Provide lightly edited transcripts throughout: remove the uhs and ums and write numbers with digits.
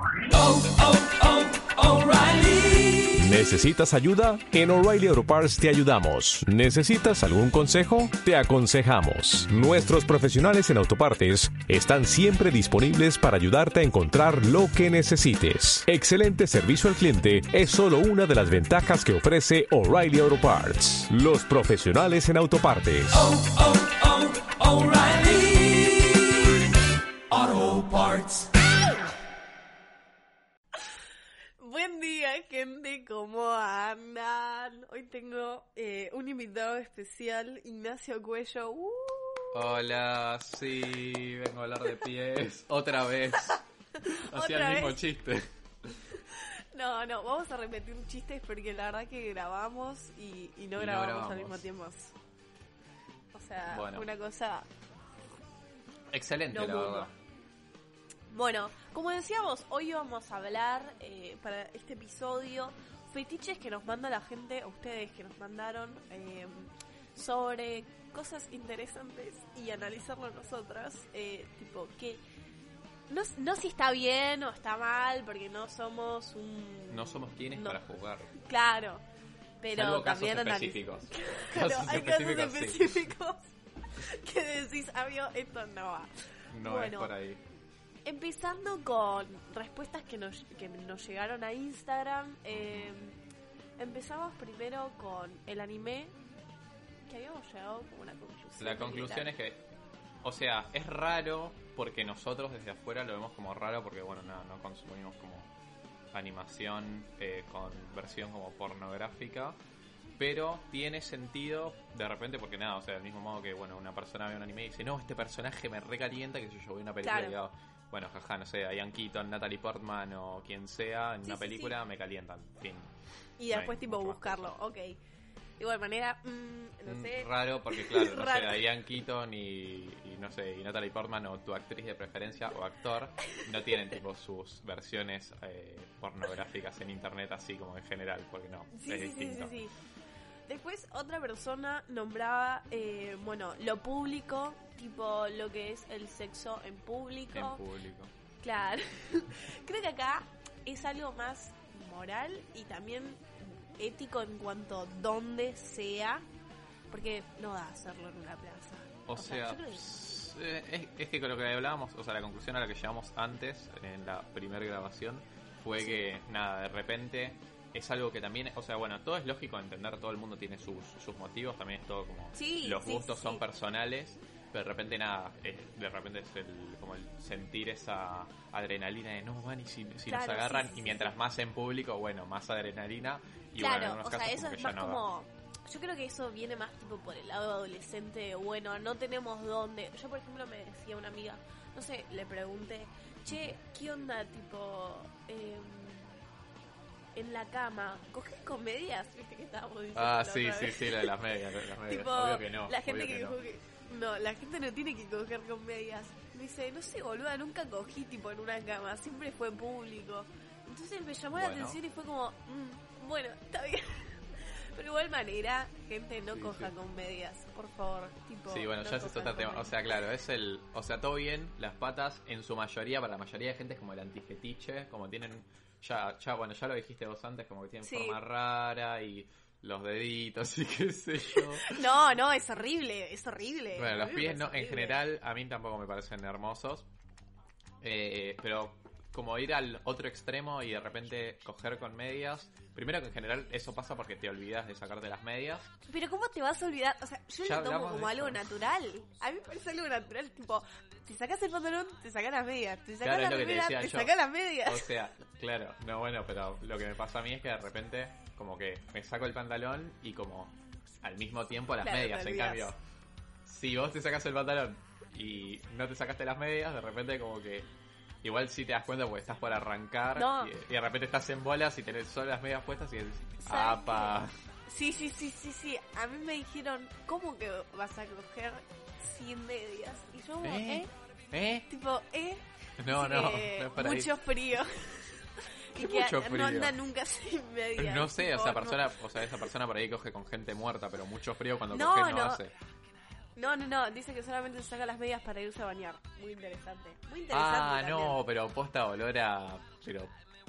O'Reilly. ¿Necesitas ayuda? En O'Reilly Auto Parts te ayudamos. ¿Necesitas algún consejo? Te aconsejamos. Nuestros profesionales en autopartes están siempre disponibles para ayudarte a encontrar lo que necesites. Excelente servicio al cliente es solo una de las ventajas que ofrece O'Reilly Auto Parts. Los profesionales en autopartes. O'Reilly Auto Parts. Buen día, gente, ¿cómo andan? Hoy tengo un invitado especial, Ignacio Cuello. Hola, sí, vengo a hablar de pies. Otra vez. Hacía el mismo chiste. No, vamos a repetir chistes porque la verdad que grabamos y no grabamos al mismo tiempo. O sea, bueno, una cosa... excelente, no la mundo. verdad. Bueno, como decíamos, hoy vamos a hablar para este episodio fetiches que nos manda la gente, ustedes que nos mandaron, sobre cosas interesantes y analizarlo nosotras, tipo que no si está bien o está mal, porque no somos No somos quienes para juzgar. Claro, pero salvo casos también específicos. Claro, hay casos sí. específicos que decís, amigo, esto no va. No Bueno, es por ahí. empezando con respuestas que nos llegaron a Instagram, empezamos primero con el anime, que habíamos llegado como una conclusión. La conclusión es que, o sea, es raro porque nosotros desde afuera lo vemos como raro porque, bueno, no consumimos como animación con versión como pornográfica, pero tiene sentido de repente porque nada, o sea, del mismo modo que, bueno, una persona ve un anime y dice, no, este personaje me recalienta, que yo veo una película Claro. y digo, bueno, jaja, no sé, Diane Keaton, Natalie Portman o quien sea en una película me calientan, fin. Y después No hay tipo mucho más buscarlo, ok. De igual manera, no sé. Raro porque claro, no Raro. sé, Diane Keaton y no sé, y Natalie Portman o tu actriz de preferencia o actor no tienen tipo sus versiones pornográficas en internet así como en general, porque no, es distinto. Sí. Después otra persona nombraba, bueno, lo público, tipo lo que es el sexo en público. En público. Claro. Creo que acá es algo más moral y también ético en cuanto dónde sea, porque no da hacerlo en una plaza. O sea, yo creo que... es que con lo que hablábamos, o sea, la conclusión a la que llegamos antes en la primera grabación fue que nada, de repente es algo que también, o sea, bueno, todo es lógico de entender, todo el mundo tiene sus motivos, también es todo como los gustos son personales, pero de repente nada, de repente es como el sentir esa adrenalina de no van y si Claro, nos agarran sí, y mientras más en público, bueno, más adrenalina y claro, bueno, en algunos o sea, casos eso como es que más ya no da. como... Yo creo que eso viene más tipo por el lado adolescente, bueno, no tenemos dónde. Yo, por ejemplo, me decía una amiga, no sé, le pregunté, che, ¿qué onda, tipo, en la cama? ¿Coges con medias? ¿Viste que estábamos diciendo Ah, la sí, otra vez? lo de las medias, Tipo, obvio que no. la gente obvio que no. coge... No, la gente no tiene que coger con medias. Me dice, no sé, boluda, nunca cogí tipo en una cama, siempre fue público. Entonces me llamó la atención y fue como, bueno, está bien. Pero igual manera, gente, no coja con medias, por favor. Tipo, sí, bueno, no ya ese es cojan otro tema. con O sea, claro, o sea, todo bien, las patas en su mayoría, para la mayoría de gente es como el antifetiche, como tienen, bueno, ya lo dijiste vos antes, como que tienen forma rara y los deditos y qué sé yo. No, es horrible, es horrible. Bueno, los pies no, en horrible. general a mí tampoco me parecen hermosos, pero como ir al otro extremo y de repente coger con medias. Primero que en general eso pasa porque te olvidas de sacarte las medias. Pero ¿cómo te vas a olvidar? O sea, yo Ya lo tomo hablamos como de algo eso. natural. A mí me parece algo natural, tipo, te sacas el pantalón, te sacas las medias, te sacas Claro, la es lo que te remera, decía te yo. sacas las medias. O sea, claro, no, bueno, pero lo que me pasa a mí es que de repente como que me saco el pantalón y como al mismo tiempo las Claro, medias. te En olvidas. cambio, si vos te sacas el pantalón y no te sacaste las medias, de repente como que igual sí te das cuenta porque estás por arrancar No. y de repente estás en bolas y tenés solo las medias puestas y dices, ¿Sabes apa. Sí. A mí me dijeron, ¿cómo que vas a coger sin medias? Y yo como, Tipo, No, no es para ahí. mucho frío. ¿Qué Y que mucho no frío? anda nunca sin medias. No sé, tipo, esa persona por ahí coge con gente muerta, pero mucho frío cuando No, coge no no. hace. No, dice que solamente se saca las medias para irse a bañar. Muy interesante. Muy interesante. También. No, pero posta olor a... Pero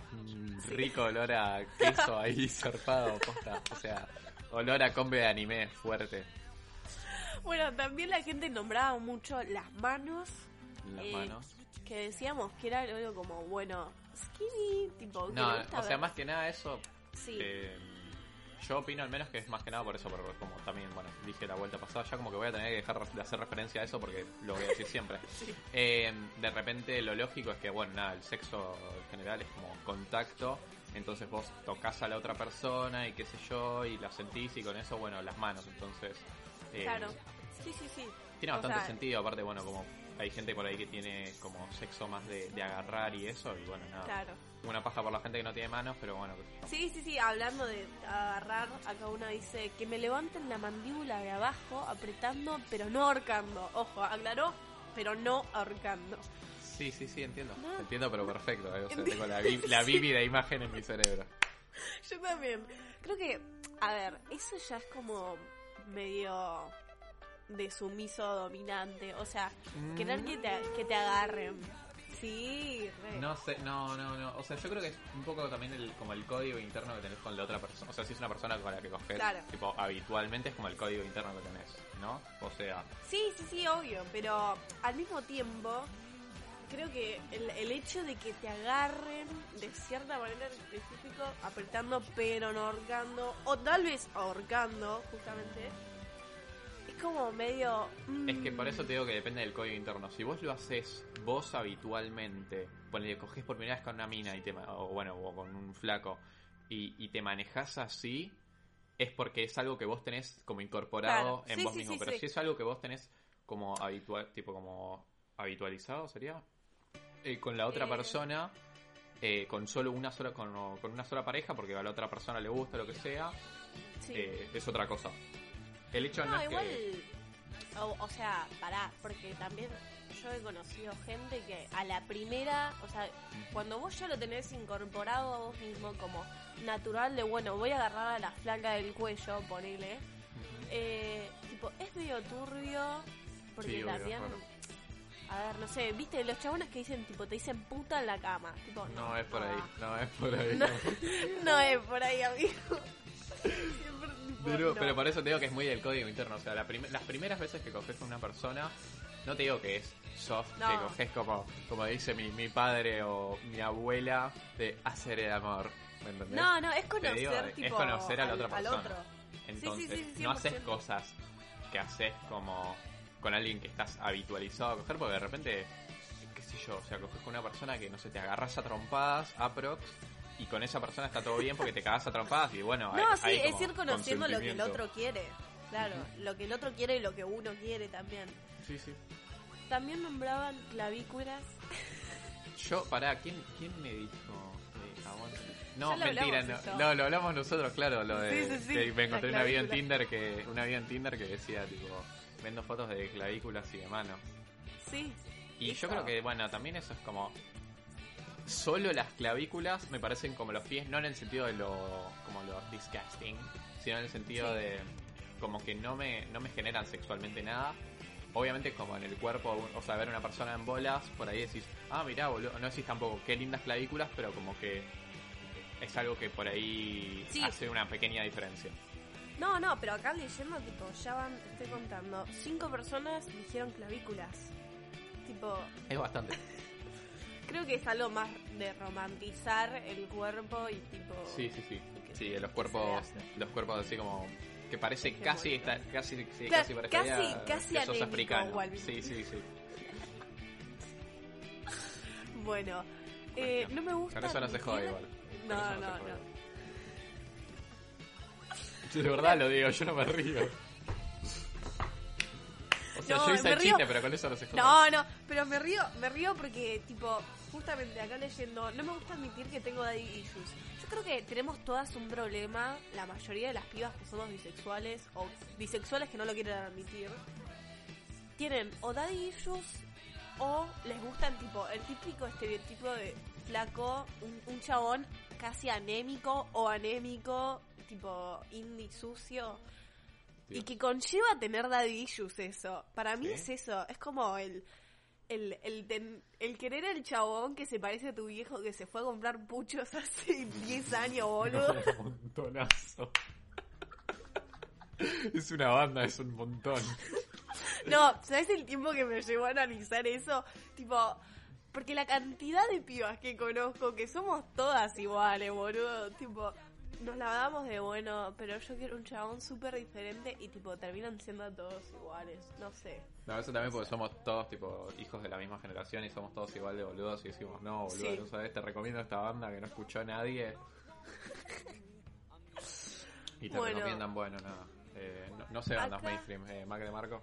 rico olor a queso ahí zarpado, posta. O sea, olor a combi de anime fuerte. Bueno, también la gente nombraba mucho las manos. Las manos. Que decíamos que era algo como, bueno, skinny, tipo... que No, le gusta o sea, ver. más que nada eso... Sí. Yo opino al menos que es más que nada por eso, porque como también, bueno, dije la vuelta pasada, ya como que voy a tener que dejar de hacer referencia a eso porque lo voy a decir siempre. Sí. De repente lo lógico es que, bueno, nada, el sexo en general es como contacto, entonces vos tocas a la otra persona y qué sé yo, y la sentís y con eso, bueno, las manos, entonces... Claro. Sí. Tiene O bastante sea, sentido, aparte, bueno, como hay gente por ahí que tiene como sexo más de agarrar y eso, y bueno, nada. Claro. Una paja por la gente que no tiene manos, pero bueno. Sí, hablando de agarrar, acá una dice que me levanten la mandíbula de abajo apretando, pero no ahorcando. Ojo, aclaró, pero no ahorcando. Sí, entiendo. No. Entiendo, pero perfecto. O sea, tengo la vívida imagen en mi cerebro. Yo también. Creo que, a ver, eso ya es como medio de sumiso dominante. O sea, querer que te agarren. Sí, re. No sé, no. O sea, yo creo que es un poco también como el código interno que tenés con la otra persona. O sea, si es una persona con la que coges, Claro. tipo, habitualmente es como el código interno que tenés, ¿no? O sea, Sí, obvio, pero al mismo tiempo creo que el hecho de que te agarren de cierta manera en específico, apretando pero no ahorcando, o tal vez ahorcando, justamente, es como medio... es que por eso te digo que depende del código interno. Si vos lo haces vos habitualmente, ponele, coges por primera vez con una mina o con un flaco y te manejás así, es porque es algo que vos tenés como incorporado Claro. en Sí, vos sí, mismo. sí, Pero sí. si es algo que vos tenés como habitual, tipo como habitualizado, sería con la otra persona, con solo una sola, con una sola pareja, porque a la otra persona le gusta lo que sea, Sí. es otra cosa. El hecho no, No, es igual, que... o sea, pará, porque también yo he conocido gente que a la primera, o sea, cuando vos ya lo tenés incorporado a vos mismo como natural de, bueno, voy a agarrar a la flaca del cuello, ponele, tipo, es medio turbio, porque Sí, obvio, también... claro. A ver, no sé, viste, los chabones que dicen, tipo, te dicen puta en la cama, tipo, No es por va. ahí, no es por ahí. No, no es por ahí, amigo. Siempre, tipo, no. Pero por eso te digo que es muy del código interno. O sea, las primeras veces que coges con una persona, no te digo que es soft, No. que coges como dice mi padre o mi abuela, de hacer el amor. ¿Me entendés? No, es Te digo, conocer, es tipo, conocer a la otra al persona. otro. Entonces, Sí, no haces 100%. cosas que haces como con alguien que estás habitualizado a coger, porque de repente, qué sé yo, o sea, coges con una persona que, no sé, te agarras a trompadas, aprox, y con esa persona está todo bien porque te cagas a trompadas y bueno, No, hay, sí, hay es como ir conociendo lo que el consentimiento. otro quiere. Claro, lo que el otro quiere y lo que uno quiere también. Sí, sí. También nombraban clavículas. Yo, pará, ¿quién me dijo? Aguanta. No, Ya lo mentira, hablamos eso. no, lo hablamos nosotros, claro, lo de Sí, que me encontré la una bio en clavícula. Tinder que decía tipo vendo fotos de clavículas y de manos. Sí. Y eso. yo creo que bueno, también eso es como solo las clavículas me parecen como los pies, no en el sentido de como lo disgusting, sino en el sentido Sí. de como que no me generan sexualmente nada. Obviamente como en el cuerpo, o sea, ver una persona en bolas, por ahí decís, mirá, boludo, no decís tampoco qué lindas clavículas, pero como que es algo que por ahí Sí. hace una pequeña diferencia. No, pero acá leyendo, tipo, ya van, te estoy contando, 5 personas dijeron clavículas. Tipo, Es bastante. creo que es algo más de romantizar el cuerpo y tipo... Sí. que- Sí, los que cuerpos, se hace. los cuerpos así como que parece Es que casi bueno. casi Casi parecería casi que sos anémico, africano. igual. Sí. Bueno, Cuestión. no me gusta Con eso no se admitir- jode igual. Con No, eso se no. jode. Yo de verdad lo digo, yo no me río. O sea, No, yo hice me el río. chiste, pero con eso no se jode. No, pero me río porque, tipo, justamente acá leyendo, no me gusta admitir que tengo daddy issues. Yo creo que tenemos todas un problema, la mayoría de las pibas que somos bisexuales, o bisexuales que no lo quieren admitir, tienen o daddy issues, o les gustan, tipo, el típico estereotipo de flaco, un chabón casi anémico, tipo, indie sucio. Y que conlleva tener daddy issues eso. Para mí ¿Sí? es eso. Es como el querer al chabón que se parece a tu viejo que se fue a comprar puchos hace 10 años, boludo. Un montonazo. Es una banda, es un montón. No, ¿sabes el tiempo que me llevó a analizar eso? Tipo, porque la cantidad de pibas que conozco, que somos todas iguales, boludo. Tipo, nos la damos de bueno, pero yo quiero un chabón súper diferente y tipo, terminan siendo todos iguales. No sé. No, eso también porque somos todos tipo hijos de la misma generación y somos todos igual de boludos y decimos, no, boludo, Sí. no sabes, te recomiendo esta banda que no escuchó a nadie. Y te Bueno. recomiendan, bueno, nada. No sé bandas Acá- mainstream, Mac de Marco.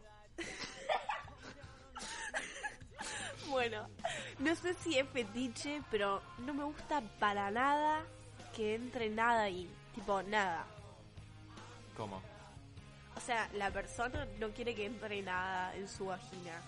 Bueno, no sé si es fetiche, pero no me gusta para nada que entre nada ahí. Tipo, nada. ¿Cómo? O sea, la persona no quiere que entre nada en su vagina.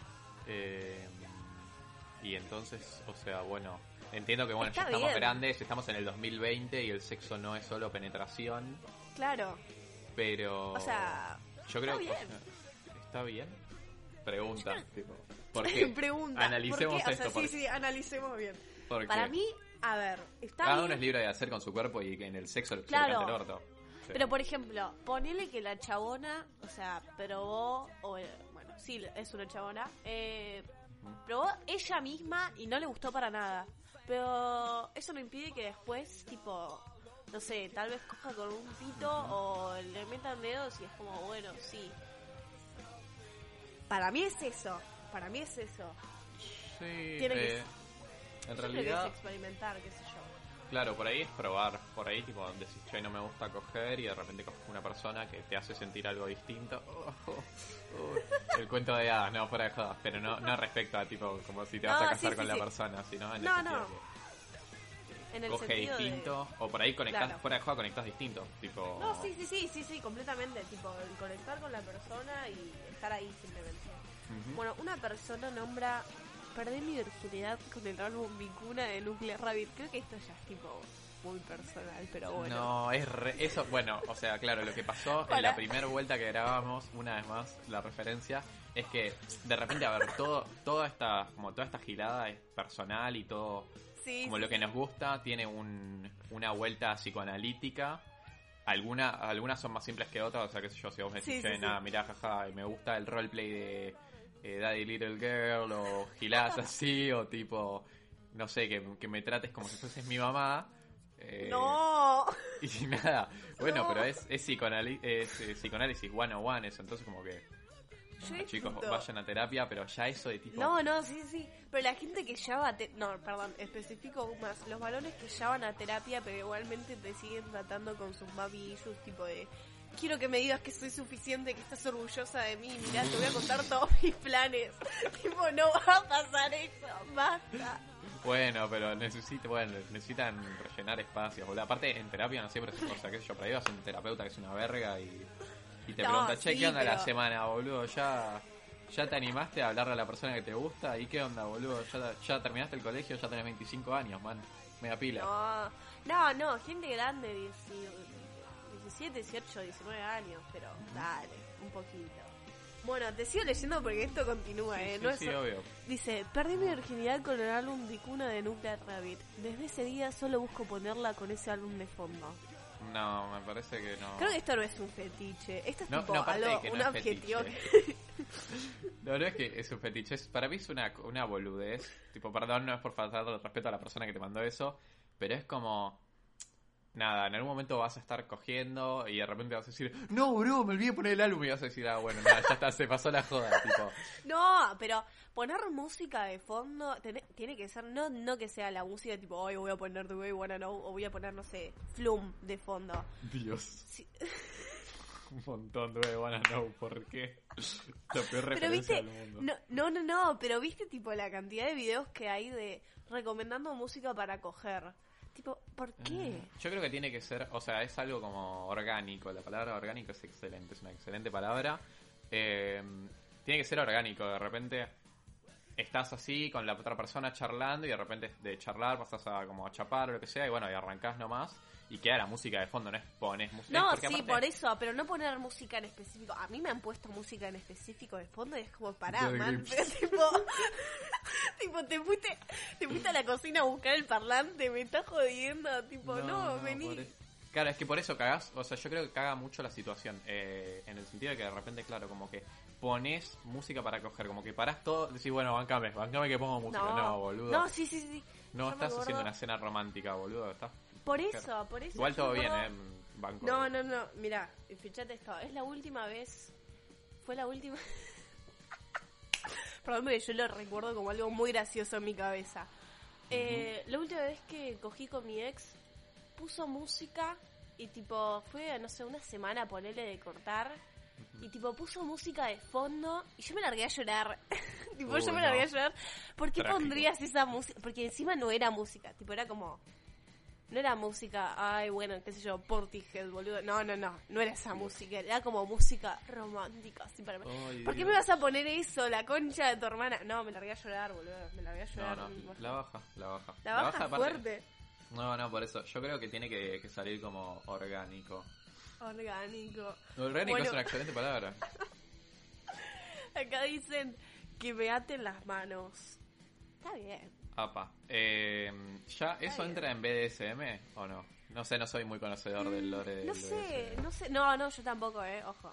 Y entonces, o sea, bueno, entiendo que bueno, Está ya estamos bien. grandes, estamos en el 2020 y el sexo no es solo penetración, Claro. pero O sea, yo creo está que bien. ¿está bien? Pregunta, tipo, ¿por qué? Pregunta. Analicemos ¿por qué? esto. O sea, sí, analicemos bien. porque Para mí, a ver, está cada bien. uno es libre de hacer con su cuerpo y que en el sexo se le Claro. cante el orto. Sí. Pero por ejemplo, ponele que la chabona, o sea, probó, bueno, sí, es una chabona, probó ella misma y no le gustó para nada. Pero eso no impide que después, tipo, no sé, tal vez coja con un pito o le metan dedos y es como, bueno, sí. Para mí es eso, para mí es eso. Sí, Tiene que- en Yo creo que realidad, es experimentar, qué sé yo. claro, por ahí es probar. Por ahí, tipo, decís, che, no me gusta coger y de repente coges una persona que te hace sentir algo distinto. El cuento de hadas, no, fuera de jodas. Pero no respecto a, tipo, como si te vas No, a casar sí, con sí, la sí. persona, sino en No, el sentido no. En que el coge sentido distinto. O por ahí conectás, Claro. fuera de joda conectás distinto. Tipo, No, sí, completamente. Tipo, el conectar con la persona y estar ahí simplemente. Ujú. Bueno, una persona nombra: perdí mi virginidad con el álbum Vicuna de Nuclear Rabbit. Creo que esto ya es tipo muy personal, pero bueno. No, eso, bueno, o sea, claro, lo que pasó en Para. la primera vuelta que grabamos, una vez más, la referencia, es que de repente, a ver, toda esta gilada es personal y todo, Sí, como sí, lo que sí. nos gusta, tiene una vuelta psicoanalítica. Algunas son más simples que otras, o sea, qué sé yo, si vos me decís, Sí, che, sí, nada, sí. mirá, jaja, y me gusta el roleplay de Daddy Little Girl, o giladas así, o tipo, no sé, que me trates como si fueses mi mamá. No. Y nada, bueno, No. pero es psicoanálisis 101 eso, entonces como que Yo chicos disfruto. vayan a terapia, pero ya eso de tipo No, sí. Pero la gente que ya va a no, perdón, especifico aún más. Los varones que ya van a terapia, pero igualmente te siguen tratando con sus mami issues, tipo de: quiero que me digas que soy suficiente, que estás orgullosa de mí, mirá, te voy a contar todos mis planes. Tipo, no va a pasar eso, basta. bueno, pero necesitan rellenar espacios, boludo. Aparte en terapia no siempre es cosa, qué sé yo, por ahí vas a un terapeuta que es una verga y te No, pregunta, che, sí, ¿qué onda la pero- semana, boludo? ¿Ya te animaste a hablarle a la persona que te gusta? ¿Y qué onda, boludo? ¿Ya terminaste el colegio? Ya tenés 25 años, man. Media pila. No, gente grande, 17, 18, 19 años, pero dale, un poquito. Bueno, te sigo leyendo porque esto continúa, Sí, no sí, es- obvio. Dice: perdí mi virginidad con el álbum Vicuna de Nuclear Rabbit. Desde ese día solo busco ponerla con ese álbum de fondo. No, me parece que no. Creo que esto no es un fetiche. Esto es No, tipo no, aparte algo, de que no un es objetivo. fetiche. No es que es un fetiche, para mí es una boludez. Tipo, perdón, no es por faltar de respeto a la persona que te mandó eso, pero es como... Nada, en algún momento vas a estar cogiendo y de repente vas a decir, no, bro, me olvidé de poner el álbum y vas a decir, ah, bueno, nada, ya está, se pasó la joda, tipo. No, pero poner música de fondo tiene que ser, no que sea la música tipo, hoy voy a poner The Way Wanna Know, o voy a poner, no sé, Flum de fondo. Dios, Sí. un montón de Wanna Know, ¿por qué? La peor Pero referencia viste, del mundo. no, pero viste tipo la cantidad de videos que hay de recomendando música para coger. Tipo, ¿por qué? Yo creo que tiene que ser, o sea, es algo como orgánico. La palabra orgánico es excelente, es una excelente palabra. Tiene que ser orgánico, de repente. estás así con la otra persona charlando y de repente de charlar pasas a como a chapar o lo que sea y bueno, y arrancás nomás y queda la música de fondo, no es pones música. No, porque sí, aparte, por eso, pero no poner música en específico. A mí me han puesto música en específico de fondo y es como, pará, The man. Grips. tipo, te fuiste a la cocina a buscar el parlante, me estás jodiendo. Tipo, no, vení. por eso. Claro, es que por eso cagás, o sea, yo creo que caga mucho la situación, en el sentido de que de repente, claro, como que pones música para coger, como que parás todo, decís, bueno, bancame que pongo música. No, boludo. No, sí. No Yo me estás acuerdo- haciendo una cena romántica, boludo, estás... Por eso. Igual yo todo me bien, acuerdo- banco. No, mirá, fíjate esto, es la última vez, fue la última... Perdón, porque yo lo recuerdo como algo muy gracioso en mi cabeza. La última vez que cogí con mi ex, puso música y tipo, fue, no sé, una semana ponerle de cortar y tipo puso música de fondo y yo me largué a llorar. Tipo, Uy, yo me no. largué a llorar. ¿Por qué Trágico. pondrías esa música? Porque encima no era música, tipo era como... No era música, ay, bueno, qué sé yo, Portishead, boludo. No era esa música, era como música romántica, así para mí. Ay, ¿Por qué Dios. me vas a poner eso, la concha de tu hermana? No, me largué a llorar, boludo, me largué a llorar. No, la baja. La baja aparte- fuerte. No, por eso. Yo creo que tiene que salir como orgánico. Orgánico. Orgánico Bueno. es una excelente palabra. Acá dicen que me aten las manos. Está bien. Apa. ¿Ya eso bien. entra en BDSM o no? No sé, no soy muy conocedor del lore del No sé. No, yo tampoco, ojo.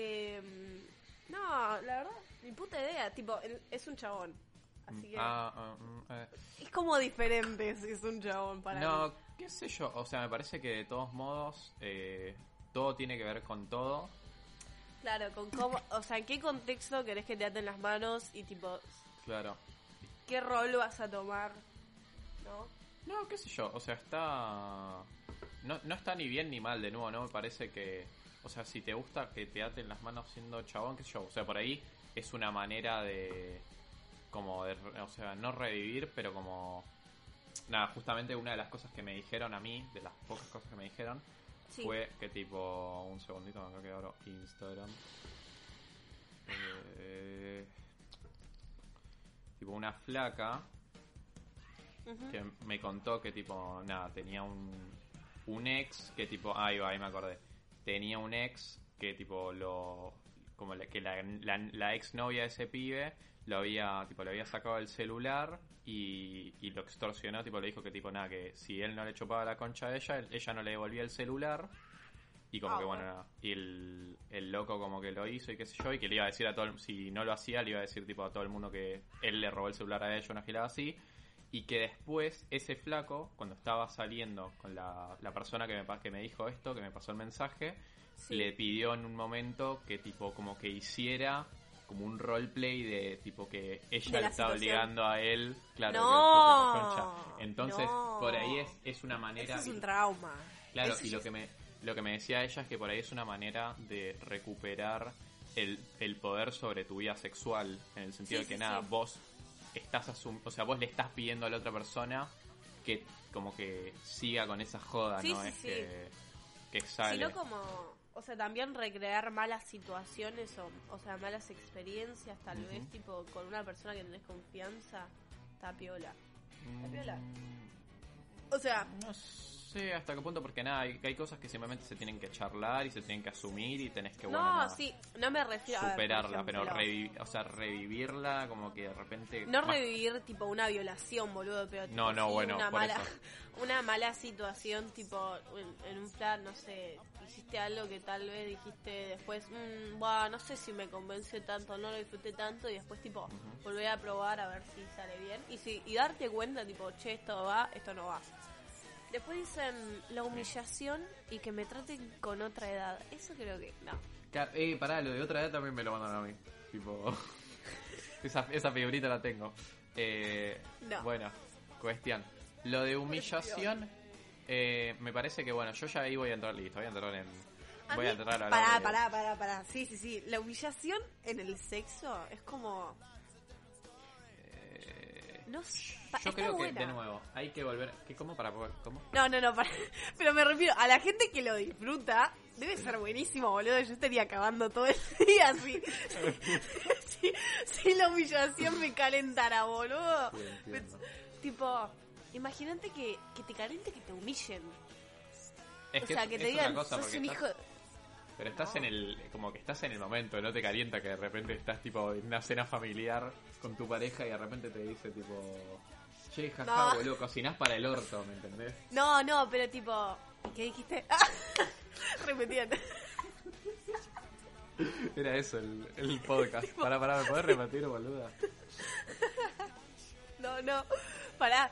No, la verdad, ni puta idea. Tipo, es un chabón. Así que es como diferente si es un chabón para mí. No, qué sé yo. O sea, me parece que de todos modos todo tiene que ver con todo. Claro, con cómo, o sea, ¿en qué contexto querés que te aten las manos y tipo, Claro. qué rol vas a tomar? ¿No? No, qué sé yo. O sea, está... No está ni bien ni mal, de nuevo, ¿no? Me parece que... O sea, si te gusta que te aten las manos siendo chabón, qué sé yo. O sea, por ahí es una manera de... Como de... O sea, no revivir, pero como... Nada, justamente una de las cosas que me dijeron a mí, de las pocas cosas que me dijeron, Sí. fue que tipo... Un segundito, acá que abro Instagram. Tipo una flaca Ujú. que me contó que tipo, nada, tenía un ex que tipo, ahí me acordé. Tenía un ex que tipo que la ex novia de ese pibe le había sacado el celular y lo extorsionó, tipo le dijo que tipo nada, que si él no le chupaba la concha de ella no le devolvía el celular. Y como que bueno, nada, y el loco como que lo hizo y qué sé yo, y que le iba a decir a todo si no lo hacía, le iba a decir tipo a todo el mundo que él le robó el celular a ella, una gilada así. Y que después ese flaco, cuando estaba saliendo con la persona que me dijo esto, que me pasó el mensaje, Sí. le pidió en un momento que tipo como que hiciera como un roleplay de tipo que ella De le la estaba situación. obligando a él, claro, No, que le toque la concha. Entonces, no. por ahí es una manera... Eso es un trauma. Claro, Eso y ya lo que me decía ella es que por ahí es una manera de recuperar el poder sobre tu vida sexual, en el sentido Sí, de que sí, nada, sí. vos estás o sea, vos le estás pidiendo a la otra persona que como que siga con esa joda, Sí, ¿no? sí, Es sí. que sale. Sino como, o sea, también recrear malas situaciones o sea, malas experiencias, tal Ujú. vez, tipo, con una persona que tenés confianza, está piola. ¿Está piola? O sea, No sé hasta qué punto, porque nada, hay cosas que simplemente se tienen que charlar y se tienen que asumir y tenés que, bueno, no, nada, sí, no me refiero a ver, por superarla, pero ejemplo, revivirla como que de repente... no más- revivir tipo una violación, boludo, pero tipo, No, sí, bueno, una por mala, eso. una mala situación, tipo en un plan, no sé, hiciste algo que tal vez dijiste después, buah, no sé si me convenció tanto, no lo disfruté tanto, y después tipo volver a probar a ver si sale bien y darte cuenta tipo, che, esto va, esto no va. Después dicen la humillación y que me traten con otra edad. Eso creo que no. Pará, lo de otra edad también me lo mandan a mí. Tipo, esa figurita la tengo. No. Bueno, cuestión. Lo de humillación, me parece que, bueno, yo ya ahí voy a entrar listo. Voy a entrar a hablar de- Pará. Sí. La humillación en el sexo es como... No sé. Yo está creo que, buena. de nuevo, hay que volver... ¿Cómo? ¿Cómo? No, pará. Pero me refiero, a la gente que lo disfruta, debe ser buenísimo, boludo. Yo estaría acabando todo el día así. si la humillación me calentara, boludo. Sí, entiendo. Tipo, imagínate que te caliente que te humillen. Es O que sea, que te es otra digan, cosa, sos porque un estás- hijo... Pero estás en el, como que estás en el momento, no te calienta que de repente estás tipo en una cena familiar con tu pareja y de repente te dice tipo, che, jaja, No. boludo, cocinás para el orto, ¿me entendés? No, pero tipo... ¿Qué dijiste? Repetiendo. Era eso el podcast. Pará, ¿me podés repetir, boluda? No, pará.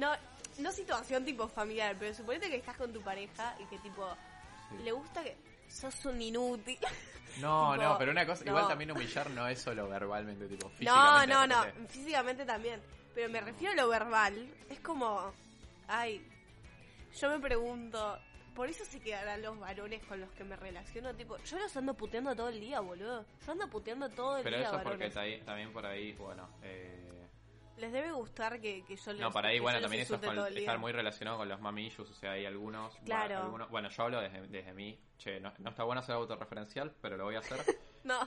No situación tipo familiar, pero suponete que estás con tu pareja y que tipo... Sí. Le gusta que... Sos un inútil. No, Tipo, no, pero una cosa, no. igual también humillar no es solo verbalmente, tipo, No, físicamente. no, de no. repente. Físicamente también. Pero me refiero a lo verbal. Es como... Ay... Yo me pregunto... Por eso se quedarán los varones con los que me relaciono. Tipo, yo los ando puteando todo el día, boludo. Yo ando puteando todo el Pero día, eso es porque varones. también por ahí, bueno, Les debe gustar que yo les... no, para ahí, que bueno, yo los también eso es insulte todo el día. estar muy relacionado con los mami issues, o sea, hay algunos... Claro. Bueno, yo hablo desde mí, che, no está bueno ser autorreferencial, pero lo voy a hacer. No,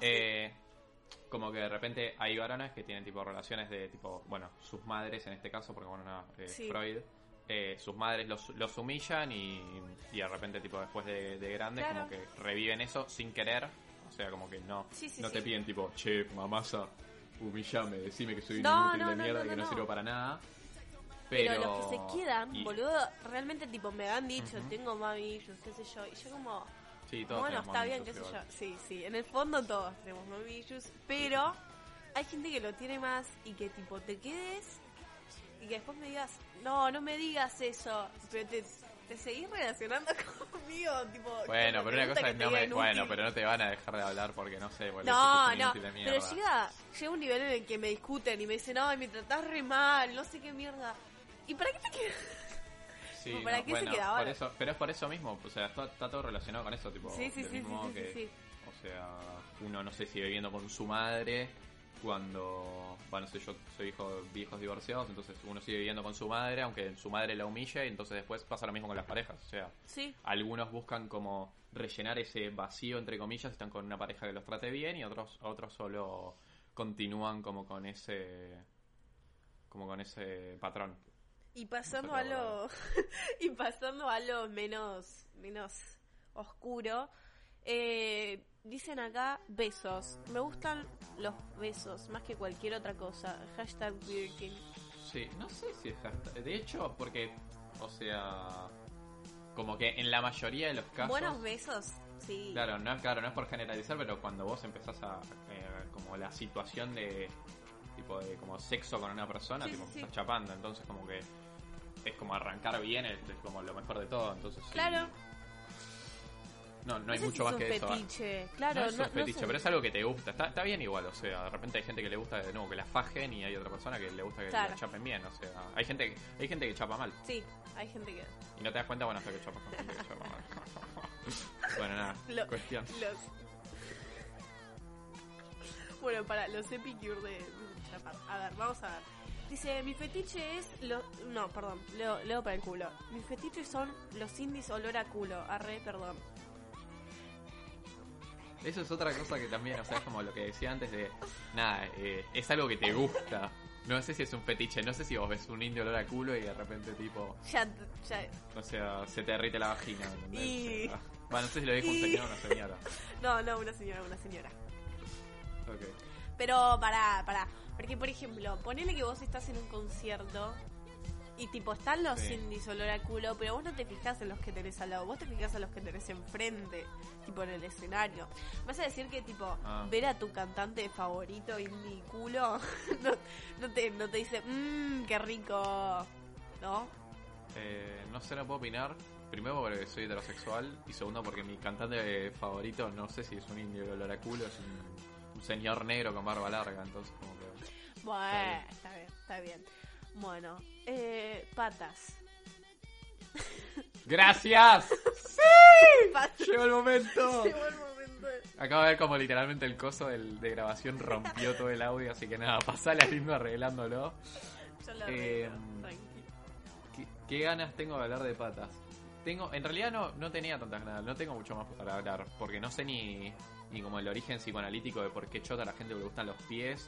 Como que de repente hay varones que tienen tipo relaciones de tipo, bueno, sus madres en este caso, porque bueno, no, Sí. Freud, sus madres los humillan y de repente tipo después de grandes Claro. como que reviven eso sin querer, o sea, como que no, Sí, no sí. te piden tipo, che, mamasa, humillame, decime que soy un No, inútil no, de no, mierda no, y que no no. sirvo para nada. pero los que se quedan, y- boludo, realmente tipo me han dicho, Ujú. tengo mami, yo qué sé yo. Y yo como... Sí, todos Bueno, tenemos está mami bien, qué issues sé yo. igual. Sí, en el fondo todos tenemos mami issues, pero hay gente que lo tiene más y que tipo te quedes y que después me digas, no me digas eso, pero te seguís relacionando conmigo, tipo... Bueno, como pero te una gusta cosa que es te no diga me, inútil. bueno, pero no te van a dejar de hablar porque no sé, boludo, No, sos un inútil de pero mierda. llega un nivel en el que me discuten y me dicen, ay, me tratás re mal, no sé qué mierda. ¿Y para qué te quedas? Sí, ¿Para qué se bueno, queda ahora? por eso, pero es por eso mismo, o sea, está todo relacionado con eso, tipo, Sí, del mismo modo que, sí. o sea, uno no sé, sigue viviendo con su madre cuando, bueno, sé, yo soy hijo de viejos divorciados, entonces uno sigue viviendo con su madre, aunque su madre la humille, y entonces después pasa lo mismo con las parejas, o sea, Sí, algunos buscan como rellenar ese vacío, entre comillas, están con una pareja que los trate bien, y otros solo continúan como con ese patrón. y pasando No a sé, lo y pasando a lo menos oscuro, dicen acá besos. Me gustan los besos más que cualquier otra cosa. Hashtag Birkin. Sí, no sé si es hashtag. De hecho, porque, o sea, como que en la mayoría de los casos... Buenos besos, sí. Claro, no es por generalizar, pero cuando vos empezás a... como la situación de... tipo de como sexo con una persona, Sí, tipo, sí, estás sí. chapando, entonces como que... Es como arrancar bien, es como lo mejor de todo, entonces sí. Claro. No hay sé mucho si más es que eso. un fetiche. Claro, No es un fetiche, sé. pero es algo que te gusta. Está bien igual, o sea, de repente hay gente que le gusta de nuevo que la fajen y hay otra persona que le gusta que Claro. la chapen bien, o sea, hay gente que chapa mal Sí, hay gente que... y no te das cuenta, bueno, hasta que chapas con gente que chapa mal. Bueno, nada, Lo- cuestión. Los... Bueno, para los epicure de chapar. A ver, vamos a ver. Dice, mi fetiche es... No, perdón, leo para el culo. Mis fetiches son los indies olor a culo. Arre, perdón. Eso es otra cosa que también, o sea, es como lo que decía antes de, nada, es algo que te gusta. No sé si es un fetiche, no sé si vos ves un indio olor a culo y de repente tipo, Ya. o sea, se te derrite la vagina, ¿entendés? Y- O sea, bueno, no sé si lo dijo un señor o una señora. No, una señora. Ok. Pero para. Porque, por ejemplo, ponele que vos estás en un concierto y tipo están los Sí. indies olor a culo, pero vos no te fijás en los que tenés al lado, vos te fijás en los que tenés enfrente, tipo en el escenario. ¿Vas a decir que tipo ver a tu cantante favorito indie culo no te dice, qué rico, ¿no? No sé, no puedo opinar. Primero porque soy heterosexual y segundo porque mi cantante favorito no sé si es un indio de olor a culo, es un señor negro con barba larga, entonces como que... Bueno, está bien. Bueno, patas. ¡Gracias! Patas. ¡Llegó el momento! Llegó el momento. Acabo de ver como literalmente el coso de grabación rompió todo el audio, así que nada, pasala lindo arreglándolo. Yo lo Eh, arreglo, tranqui. ¿Qué ganas tengo de hablar de patas? En realidad no tenía tantas ganas, no tengo mucho más para hablar, porque no sé ni y como el origen psicoanalítico de por qué chota a la gente le gustan los pies,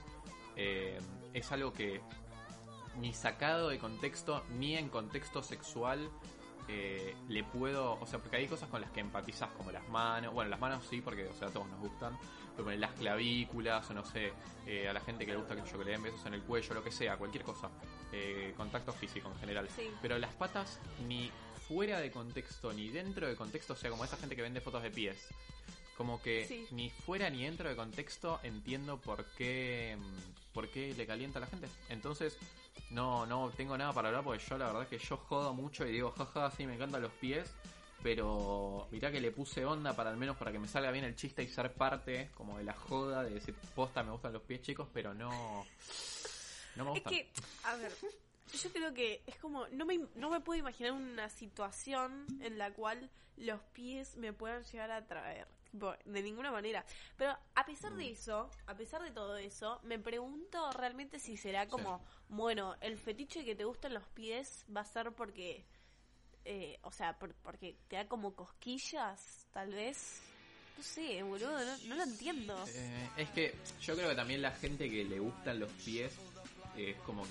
es algo que ni sacado de contexto, ni en contexto sexual le puedo, o sea, porque hay cosas con las que empatizas, como las manos, bueno, las manos sí, porque, o sea, a todos nos gustan, pero las clavículas, o no sé, a la gente que le gusta que le den besos en el cuello, lo que sea, cualquier cosa, contacto físico en general, Sí. pero las patas ni fuera de contexto, ni dentro de contexto, o sea, como esa gente que vende fotos de pies, como que Sí. ni fuera ni dentro de contexto entiendo por qué le calienta a la gente. Entonces, no tengo nada para hablar porque yo la verdad es que yo jodo mucho y digo, jaja, sí, me encantan los pies, pero mirá que le puse onda para al menos para que me salga bien el chiste y ser parte como de la joda, de decir, posta, me gustan los pies, chicos, pero no me Es gustan. que, a ver, yo creo que es como, no me puedo imaginar una situación en la cual los pies me puedan llegar a atraer. Tipo, de ninguna manera. Pero a pesar de eso, a pesar de todo eso, me pregunto realmente si será como, bueno, el fetiche que te gustan los pies va a ser porque, o sea, porque te da como cosquillas, tal vez. No sé, boludo, no lo entiendo. Es que yo creo que también la gente que le gustan los pies es como que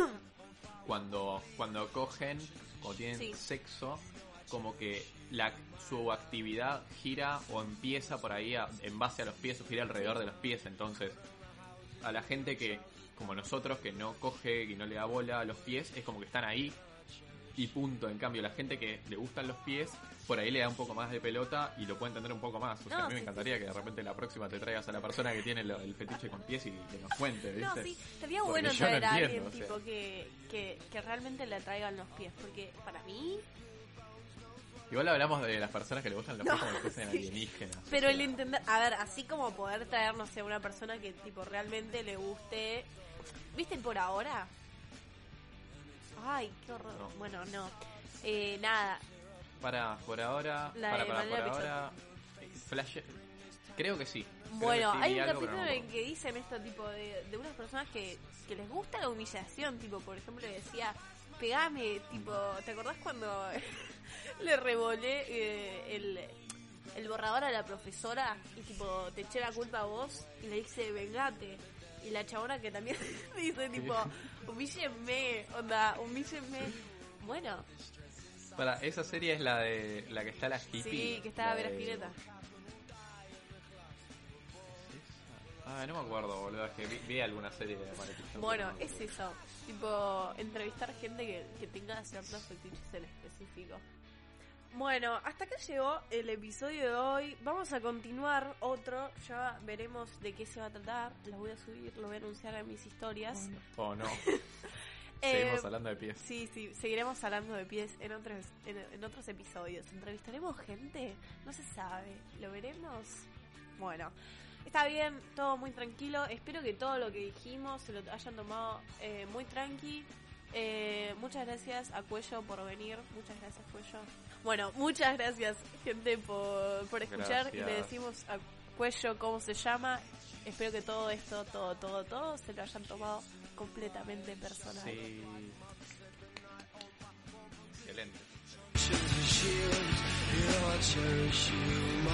cuando cogen o tienen Sí. sexo, como que su actividad gira o empieza por ahí en base a los pies o gira alrededor de los pies. Entonces, a la gente que, como nosotros, que no coge y no le da bola a los pies, es como que están ahí y punto. En cambio, la gente que le gustan los pies, por ahí le da un poco más de pelota y lo puede entender un poco más. O sea, No, a mí me sí, encantaría que de repente la próxima te traigas a la persona que tiene el fetiche con pies y que nos cuente, ¿viste? No, sí, estaría Porque bueno yo no traer a entiendo, alguien o sea. tipo que realmente le atraigan los pies, porque para mí, Igual hablamos de las personas que le gustan los pies como si fuesen alienígenas. pero o el sea. entender, a ver, así como poder traer, no sé, una persona que tipo realmente le guste, ¿viste el Por Ahora? Ay, qué horror. No. Bueno, no. Nada, Por ahora. La de por Malena ahora. Flash. Creo que sí. Creo bueno, que sí, hay vi un algo, pero capítulo no me en que dicen esto tipo de unas personas que les gusta la humillación, tipo, por ejemplo, decía, pegame, tipo, ¿te acordás cuando le revolé el borrador a la profesora y tipo te eché la culpa a vos y le dice, vengate? Y la chabona que también dice tipo, humíllenme, onda, humíllenme. Bueno, Para, esa serie es la de la que está la hippie. sí, que está la Vera de- Spinetta. Ah, no me acuerdo, boludo. Es que vi alguna serie de Maletición. Bueno, es eso, tipo, entrevistar gente que tenga ciertos fetiches en específico. Bueno, hasta acá llegó el episodio de hoy. Vamos a continuar otro, ya veremos de qué se va a tratar. Lo voy a subir, lo voy a anunciar en mis historias. O no. Eh, Seguimos hablando de pies. Sí, seguiremos hablando de pies en otros episodios. ¿Entrevistaremos gente? No se sabe, ¿lo veremos? Bueno, está bien, todo muy tranquilo. Espero que todo lo que dijimos se lo hayan tomado muy tranqui. Muchas gracias a Cuello por venir. Muchas gracias, Cuello. Bueno, muchas gracias, gente, por escuchar. Gracias. Y le decimos a Cuello cómo se llama. Espero que todo esto, todo se lo hayan tomado completamente personal. Sí. Excelente. Shield, your cherish you,